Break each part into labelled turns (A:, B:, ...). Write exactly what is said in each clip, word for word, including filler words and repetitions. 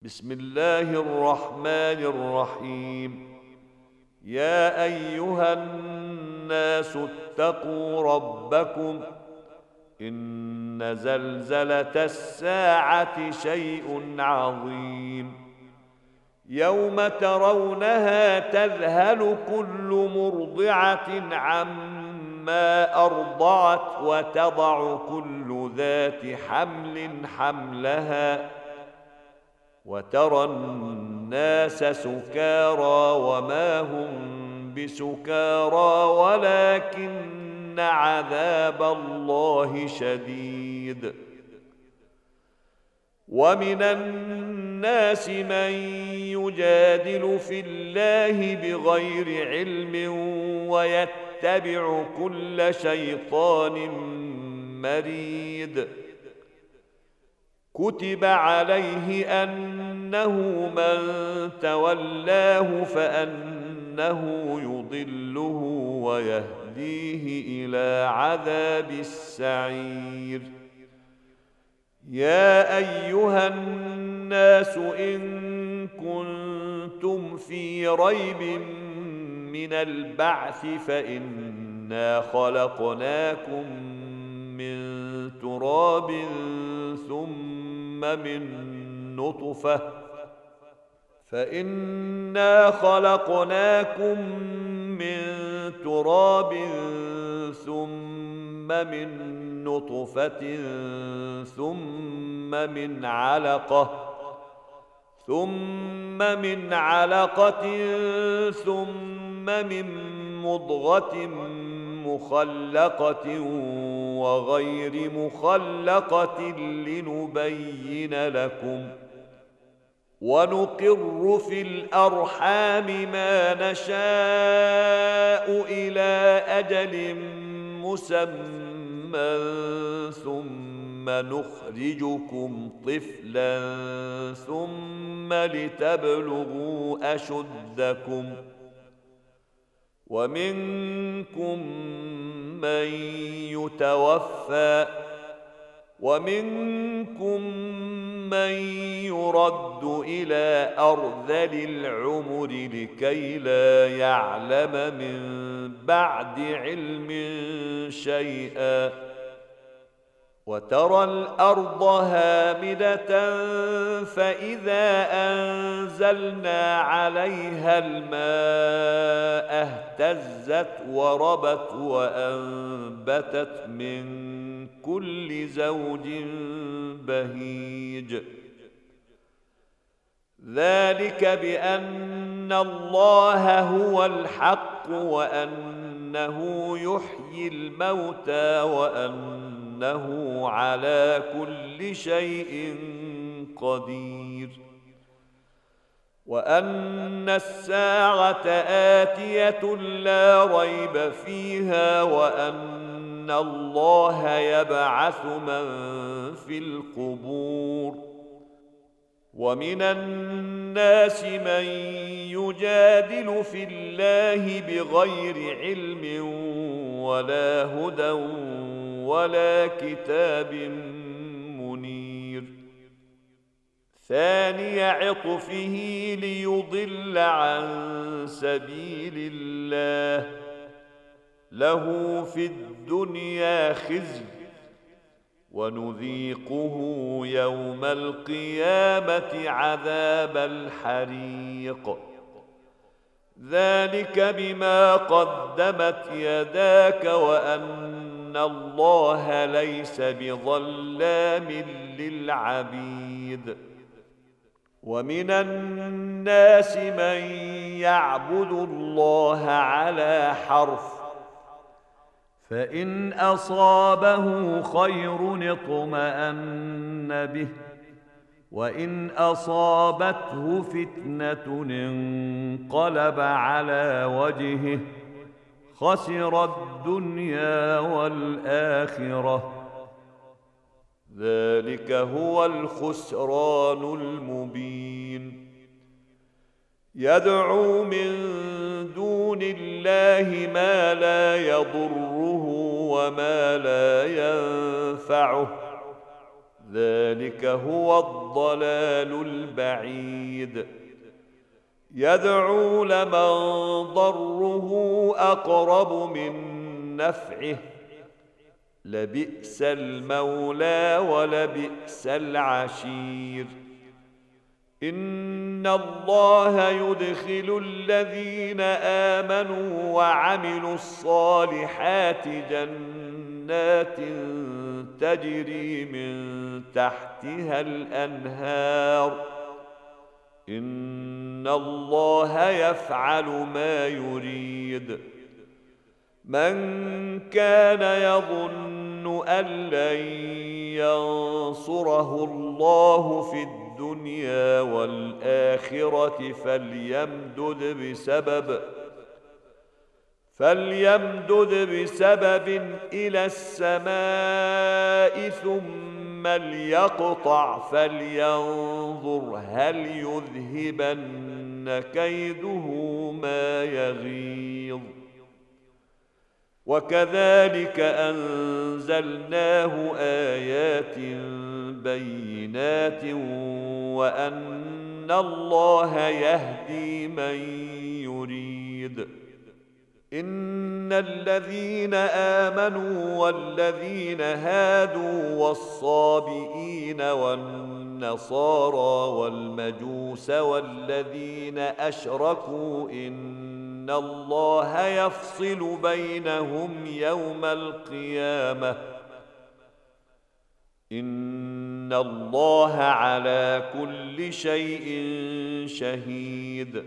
A: بسم الله الرحمن الرحيم. يا أيها الناس اتقوا ربكم إن زلزلة الساعة شيء عظيم. يوم ترونها تذهل كل مرضعة عما أرضعت وتضع كل ذات حمل حملها وترى الناس سكارى وما هم بسكارى ولكن عذاب الله شديد. ومن الناس من يجادل في الله بغير علم ويتبع كل شيطان مريد. كتب عليه أنه من تولاه فأنه يضله ويهديه إلى عذاب السعير. يا أيها الناس إن كنتم في ريب من البعث فإنا خلقناكم من تراب ثم من نطفة فإنا خلقناكم من تراب ثم من نطفة ثم من علقة ثم من علقة ثم من مضغة مخلقة وغير مخلقة لنبين لكم ونقر في الأرحام ما نشاء إلى أجل مسمى ثم نخرجكم طفلا ثم لتبلغوا أشدكم ومنكم من يتوفى ومنكم من يرد إلى أرذل العمر لكي لا يعلم من بعد علم شيئا. وترى الأرض هامدة فإذا أنزلنا عليها الماء اهتزت وربت وأنبتت من كل زوج بهيج. ذلك بأن الله هو الحق وأنه يحيي الموتى وأنه على كل شيء قدير وأن الساعة آتية لا ريب فيها وأن الله يبعث من في القبور. ومن الناس من يجادل في الله بغير علم ولا هدى ولا كتاب منير. ثاني عطفه ليضل عن سبيل الله له في الدنيا خزي ونذيقه يوم القيامة عذاب الحريق. ذلك بما قدمت يداك وأن الله ليس بظلام للعبيد. ومن الناس من يعبد الله على حرف فإن أصابه خير اطمأن به وإن أصابته فتنة انقلب على وجهه خسر الدنيا والآخرة. ذلك هو الخسران المبين. يدعو من دون الله ما لا يضره وما لا ينفعه ذلك هو الضلال البعيد. يدعو لمن ضره أقرب من نفعه، لبئس المولى ولبئس العشير. إن الله يدخل الذين آمنوا وعملوا الصالحات جنات تجري من تحتها الأنهار، إن الله يفعل ما يريد. من كان يظن أن لن ينصره الله في الدنيا والآخرة فليمدد بسبب فليمدد بسبب إلى السماء ثم ليقطع فلينظر هل يذهبن كيده ما يغيظ. وكذلك أنزلناه آيات بينات وأن الله يهدي من يريد. إن الذين آمنوا والذين هادوا والصابئين والنصارى والمجوس والذين أشركوا إن الله يفصل بينهم يوم القيامة، إن الله على كل شيء شهيد.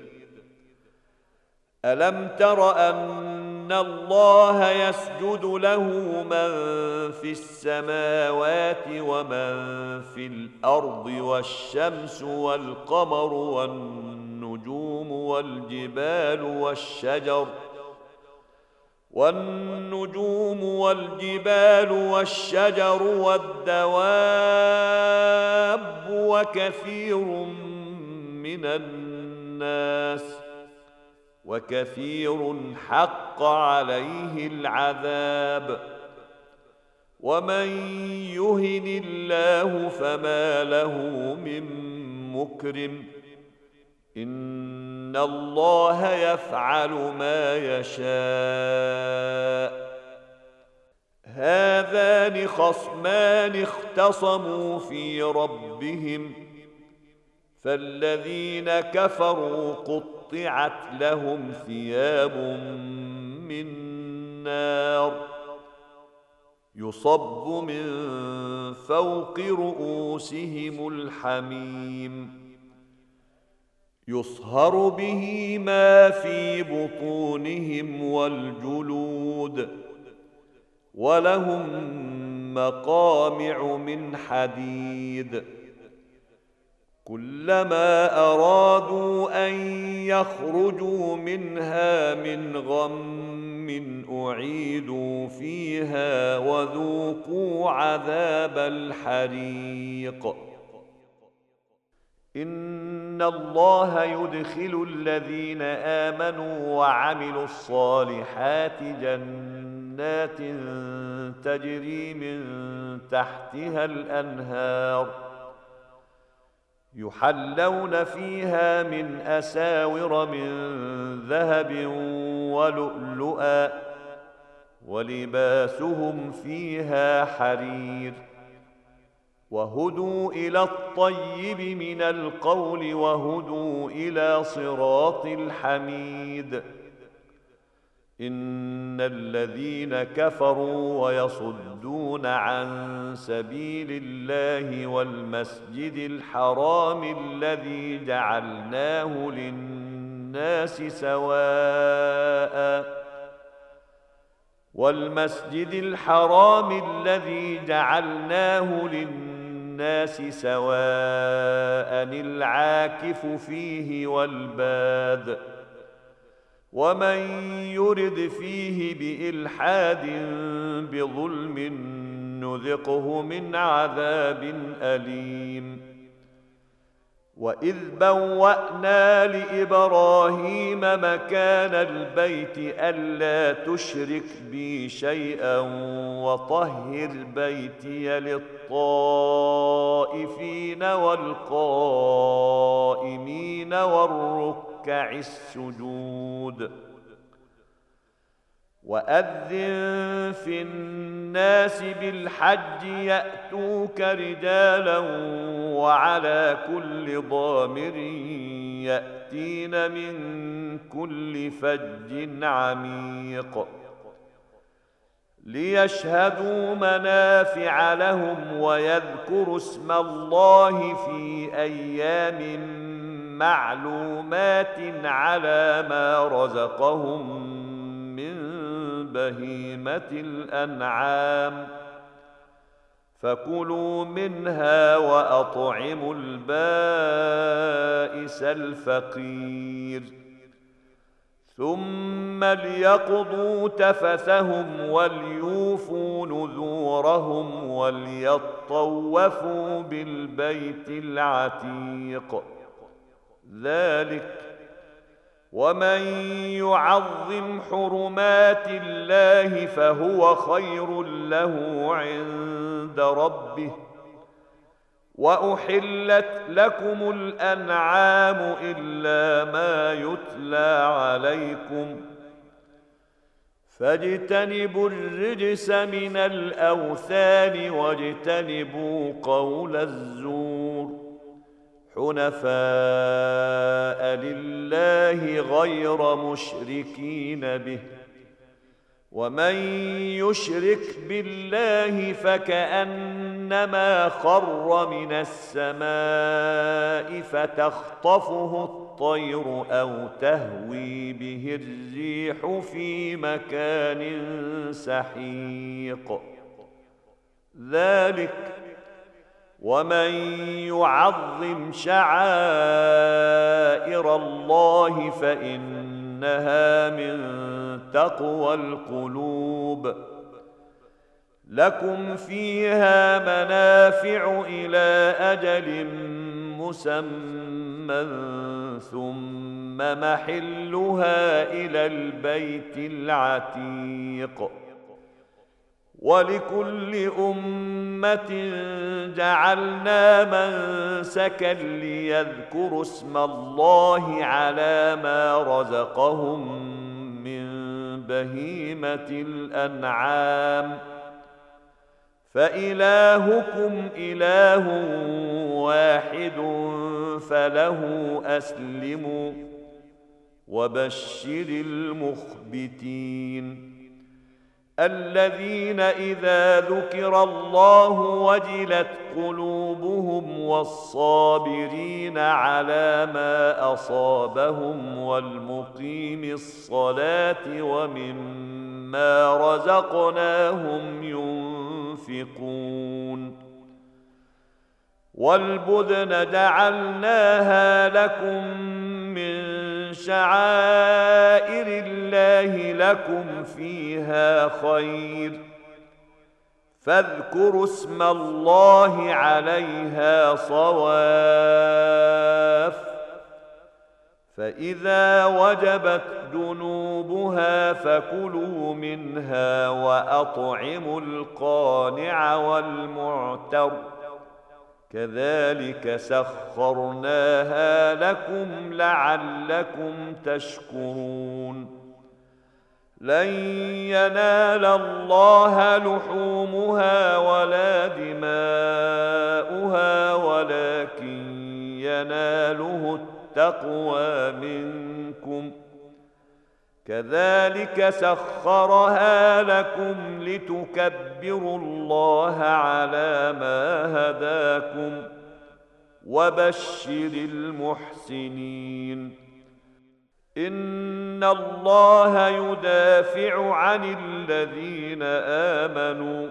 A: ألم تر أن الله يسجد له من في السماوات ومن في الأرض والشمس والقمر والنجوم والجبال والشجر والنجوم والجبال والشجر والدواب وكثير من الناس وكثير حق عليه العذاب. ومن يهن الله فما له من مكرم، إن الله يفعل ما يشاء. هذان خصمان اختصموا في ربهم فالذين كفروا قطعت لهم ثياب من نار يصب من فوق رؤوسهم الحميم، يصهر به ما في بطونهم والجلود، ولهم مقامع من حديد. كلما أرادوا أن يخرجوا منها من غم أعيدوا فيها وذوقوا عذاب الحريق. إن الله يدخل الذين آمنوا وعملوا الصالحات جنات تجري من تحتها الأنهار يحلون فيها من أساور من ذهب ولؤلؤا ولباسهم فيها حرير. وهدوا إلى الطيب من القول وهدوا إلى صراط الحميد. إن الذين كفروا ويصدون عن سبيل الله والمسجد الحرام الذي جعلناه للناس سواء والمسجد الحرام الذي جعلناه للناس سواء العاكف فيه والباد ومن يرد فيه بإلحاد بظلم نذقه من عذاب أليم. وإذ بوأنا لإبراهيم مكان البيت ألا تشرك بي شيئا وطهر بيتي للطائفين والقائمين والركع السجود. وأذن في الناس بالحج يأتوك رجالا وعلى كل ضامر يأتين من كل فج عميق ليشهدوا منافع لهم ويذكروا اسم الله في أيام معلومات على ما رزقهم من بهيمة الأنعام فكلوا منها وأطعموا البائس الفقير ثم ليقضوا تفثهم وليوفوا نذورهم وليطوفوا بالبيت العتيق. ذلك ومن يعظم حرمات الله فهو خير له عند ربه. وأحلت لكم الأنعام إلا ما يتلى عليكم فاجتنبوا الرجس من الأوثان واجتنبوا قول الزور حنفاء لله غير مشركين به. ومن يشرك بالله فكأنما خر من السماء فتخطفه الطير أو تهوي به الريح في مكان سحيق. ذلك ومن يعظم شعائر الله فإنها من تقوى القلوب. لكم فيها منافع إلى أجل مسمى ثم محلها إلى البيت العتيق. ولكل أمة جعلنا منسكا ليذكروا اسم الله على ما رزقهم من بهيمة الأنعام فإلهكم إله واحد فله أسلموا وبشر المخبتين الذين إذا ذكر الله وجلت قلوبهم والصابرين على ما أصابهم والمقيم الصلاة ومما رزقناهم ينفقون. والبدن جعلناها لكم من شعائر الله لكم فيها خير فاذكروا اسم الله عليها صواف فإذا وجبت جنوبها فكلوا منها وأطعموا القانع والمعتر كذلك سخرناها لكم لعلكم تشكرون. لن ينال الله لحومها ولا دماؤها ولكن يناله التقوى منكم كذلك سخرها لكم لتكبروا الله على ما هداكم وبشر المحسنين. إن الله يدافع عن الذين آمنوا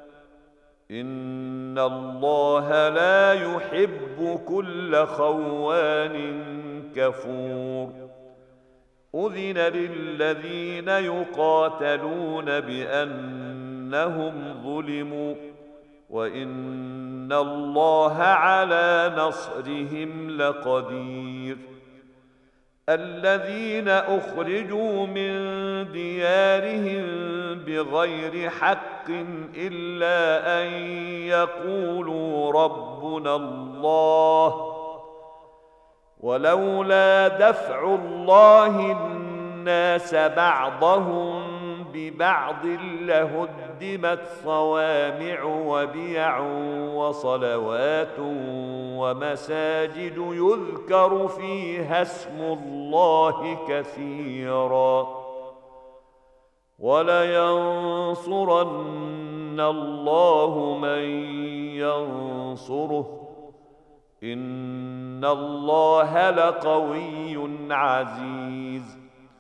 A: إن الله لا يحب كل خوان كفور. أذن للذين يقاتلون بأنهم ظلموا وإن الله على نصرهم لقدير. الذين أخرجوا من ديارهم بغير حق إلا أن يقولوا رب ربنا الله ولولا دفع الله الناس بعضهم ببعض لهدمت صوامع وبيع وصلوات ومساجد يذكر فيها اسم الله كثيرا ولينصرن الله من ينصره إن الله لقوي عزيز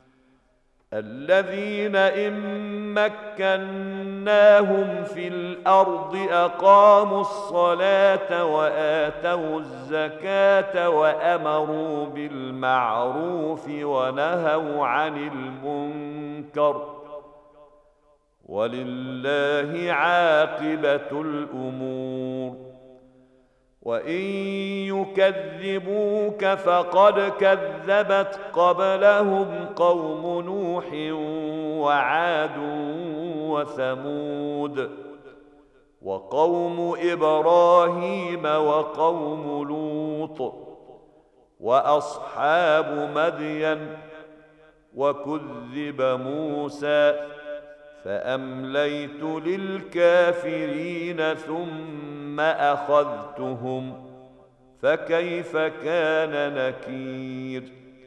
A: الذين إن مكناهم في الأرض أقاموا الصلاة وآتوا الزكاة وأمروا بالمعروف ونهوا عن المنكر ولله عاقبة الأمور وإن يكذبوك فقد كذبت قبلهم قوم نوح وعاد وثمود وقوم إبراهيم وقوم لوط وأصحاب مدين وكذب موسى فأمليت للكافرين ثم أخذتهم فكيف كان نكير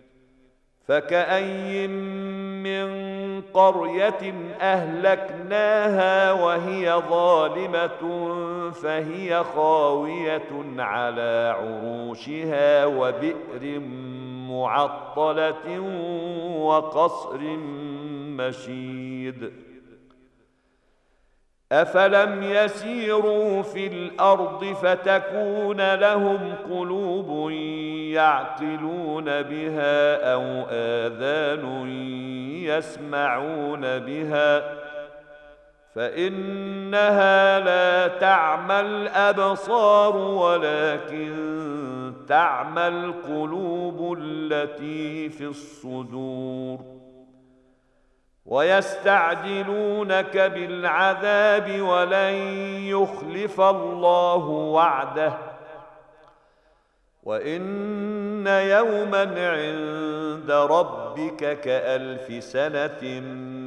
A: فكأي من قرية أهلكناها وهي ظالمة فهي خاوية على عروشها وبئر معطلة وقصر مشيد أفلم يسيروا في الأرض فتكون لهم قلوب يعقلون بها أو آذان يسمعون بها فإنها لا تعمى الأبصار ولكن تعمى القلوب التي في الصدور ويستعجلونك بالعذاب ولن يخلف الله وعده وإن يوما عند ربك كألف سنة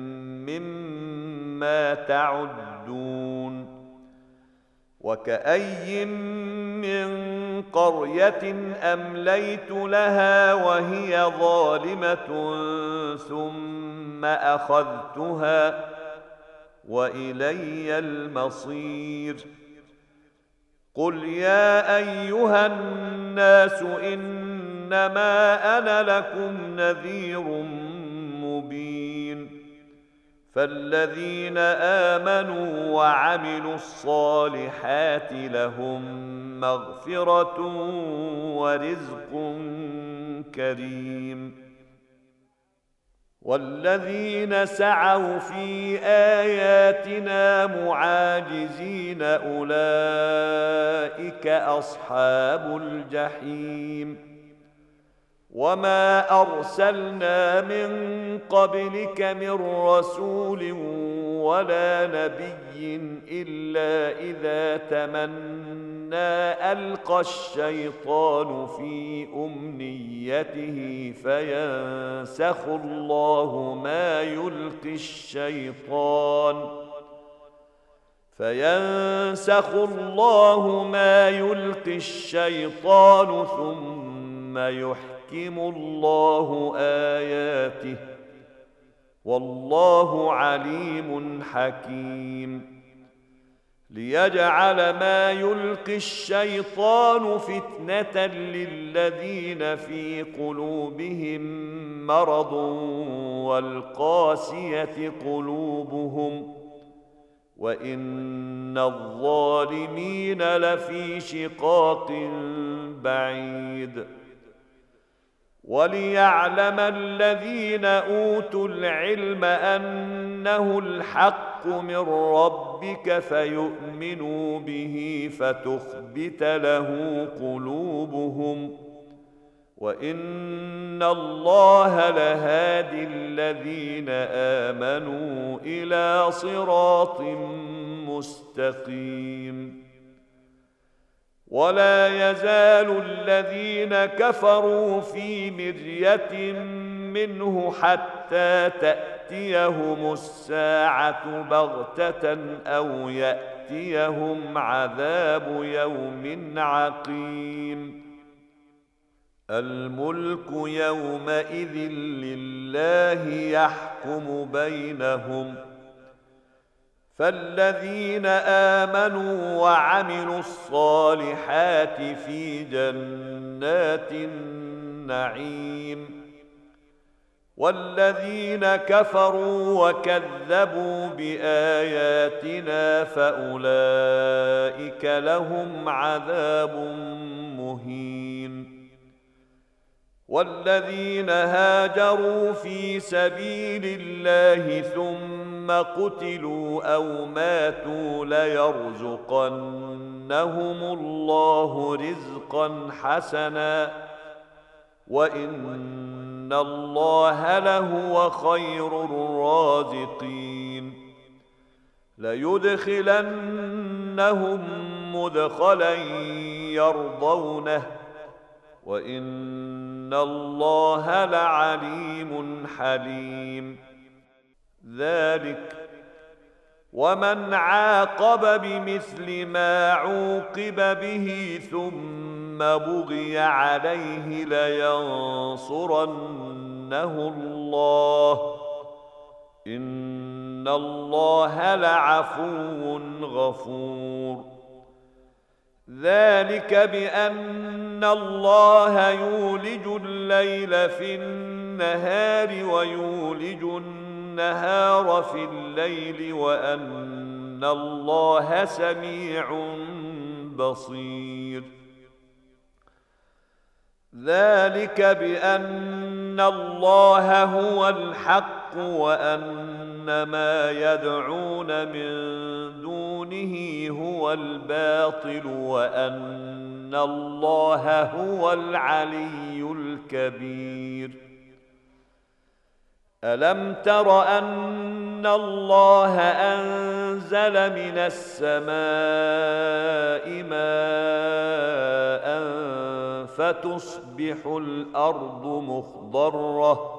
A: مما تعدون وكأي من قرية أمليت لها وهي ظالمة ثم أخذتها وإلي المصير قل يا أيها الناس إنما أنا لكم نذير مبين فالذين آمنوا وعملوا الصالحات لهم مغفرة ورزق كريم والذين سعوا في آياتنا معاجزين أولئك أصحاب الجحيم وما أرسلنا من قبلك من رسول ولا نبي إلا إذا تمنى ألقى الشيطان في أمنيته فينسخ الله ما يلقي الشيطان فينسخ الله ما يلقي الشيطان ثم يحكم الله آياته والله عليم حكيم ليجعل ما يلقي الشيطان فتنة للذين في قلوبهم مرض والقاسية قلوبهم وإن الظالمين لفي شقاق بعيد وليعلم الذين أوتوا العلم أنه الحق من ربك فيؤمنوا به فتخبت له قلوبهم وإن الله لهادي الذين آمنوا إلى صراط مستقيم ولا يزال الذين كفروا في مرية منه حتى تأتيهم الساعة بغتة أو يأتيهم عذاب يوم عقيم. الملك يومئذ لله يحكم بينهم، فالذين آمنوا وعملوا الصالحات في جنات النعيم، والذين كفروا وكذبوا بآياتنا فأولئك لهم عذاب مهين. والذين هاجروا في سبيل الله ثم قتلوا أو ماتوا ليرزقنهم الله رزقا حسنا وإن الله لهو خير الرازقين. ليدخلنهم مدخلا يرضونه وإن الله لعليم حليم. ذلك ومن عاقب بمثل ما عوقب به ثم بغي عليه لينصرنه الله إن الله لعفو غفور. ذلك بأن الله يولج الليل في النهار ويولج النهار في الليل وأن الله سميع بصير. ذلك بأن الله هو الحق وأن ما يدعون من دونه هو الباطل وأن الله هو العلي الكبير. ألم تر أن الله أنزل من السماء ماء فتصبح الأرض مخضرة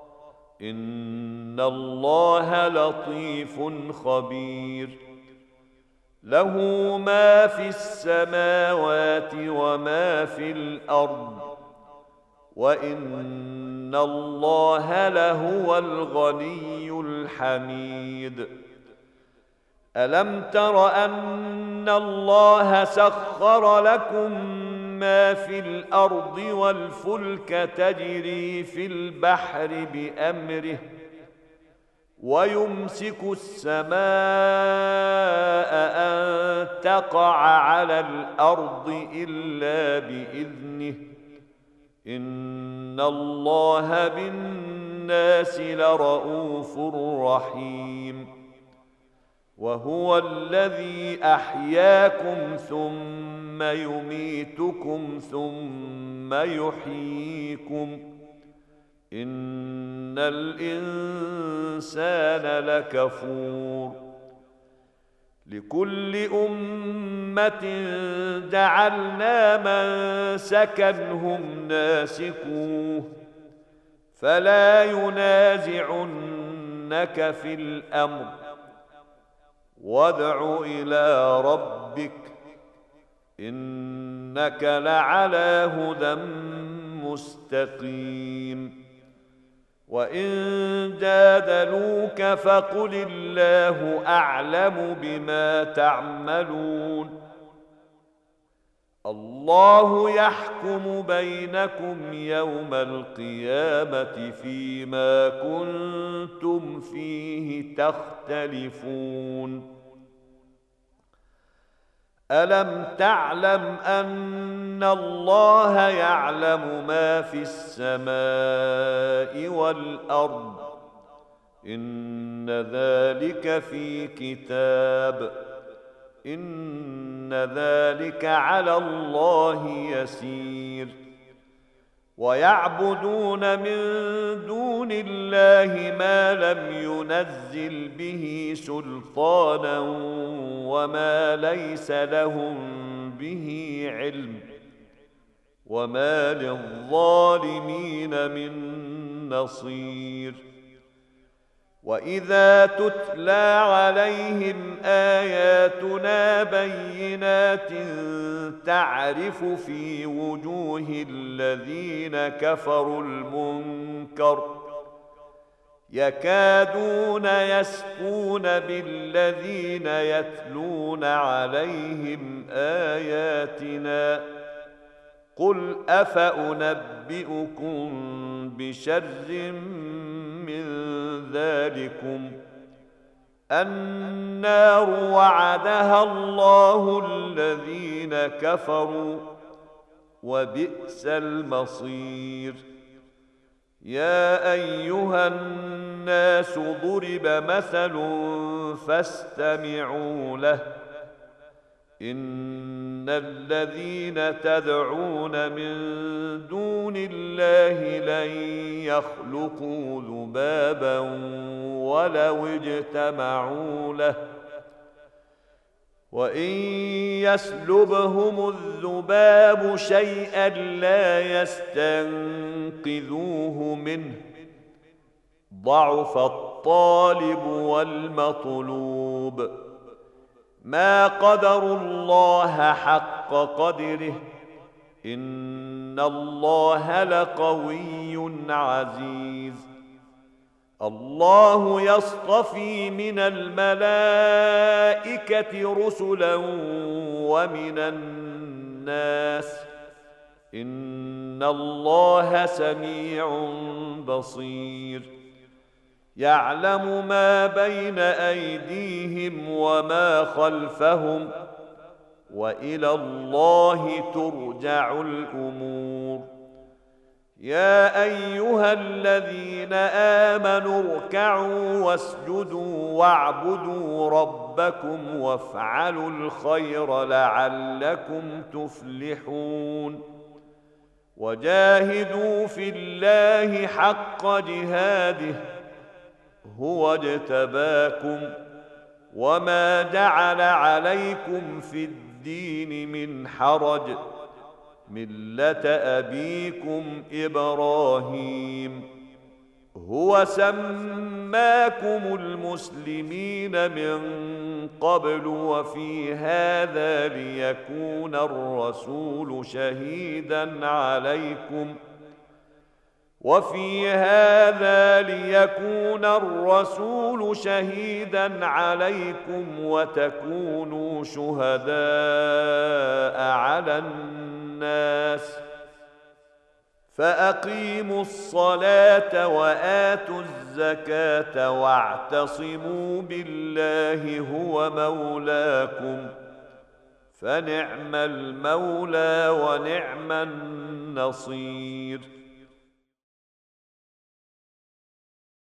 A: إن الله لطيف خبير. له ما في السماوات وما في الأرض وإن الله لهو الغني الحميد. ألم تر أن الله سخر لكم ما في الأرض والفلك تجري في البحر بأمره ويمسك السماء أن تقع على الأرض إلا بإذنه إن الله بالناس لرؤوف رحيم. وهو الذي أحياكم ثم يميتكم ثم يحييكم إن الإنسان لكفور. لكل أمة جعلنا منسكا هم ناسكوه فلا ينازعنك في الأمر وادع إلى ربك إنك لعلى هدى مستقيم. وإن جادلوك فقل الله أعلم بما تعملون الله يحكم بينكم يوم القيامة فيما كنتم فيه تختلفون. ألم تعلم أن الله يعلم ما في السماء والأرض إن ذلك في كتاب إن ذلك على الله يسير. ويعبدون من دون الله ما لم ينزل به سلطانا وما ليس لهم به علم وما للظالمين من نصير. وإذا تتلى عليهم آياتنا بينات تعرف في وجوه الذين كفروا المنكر يكادون يسقون بالذين يتلون عليهم آياتنا قل أفأنبئكم بشر من ذلكم النار وعدها الله الذين كفروا وبئس المصير. يا أيها الناس ضرب مثل فاستمعوا له إن الذين تدعون من دون الله لن يخلقوا ذبابا ولو اجتمعوا له وإن يسلبهم الذباب شيئا لا يستنقذوه منه ضعف الطالب والمطلوب ما قدروا الله حق قدره إن الله لقوي عزيز. الله يصطفي من الملائكة رسلا ومن الناس إن الله سميع بصير. يعلم ما بين أيديهم وما خلفهم وإلى الله ترجع الأمور. يا أيها الذين آمنوا اركعوا واسجدوا واعبدوا ربكم وافعلوا الخير لعلكم تفلحون. وجاهدوا في الله حق جهاده هو اجتباكم وما جعل عليكم في الدين من حرج ملة أبيكم إبراهيم هو سماكم المسلمين من قبل وفي هذا ليكون الرسول شهيدا عليكم وفي هذا ليكون الرسول شهيدا عليكم وتكونوا شهداء على الناس فأقيموا الصلاة وآتوا الزكاة واعتصموا بالله هو مولاكم فنعم المولى ونعم النصير.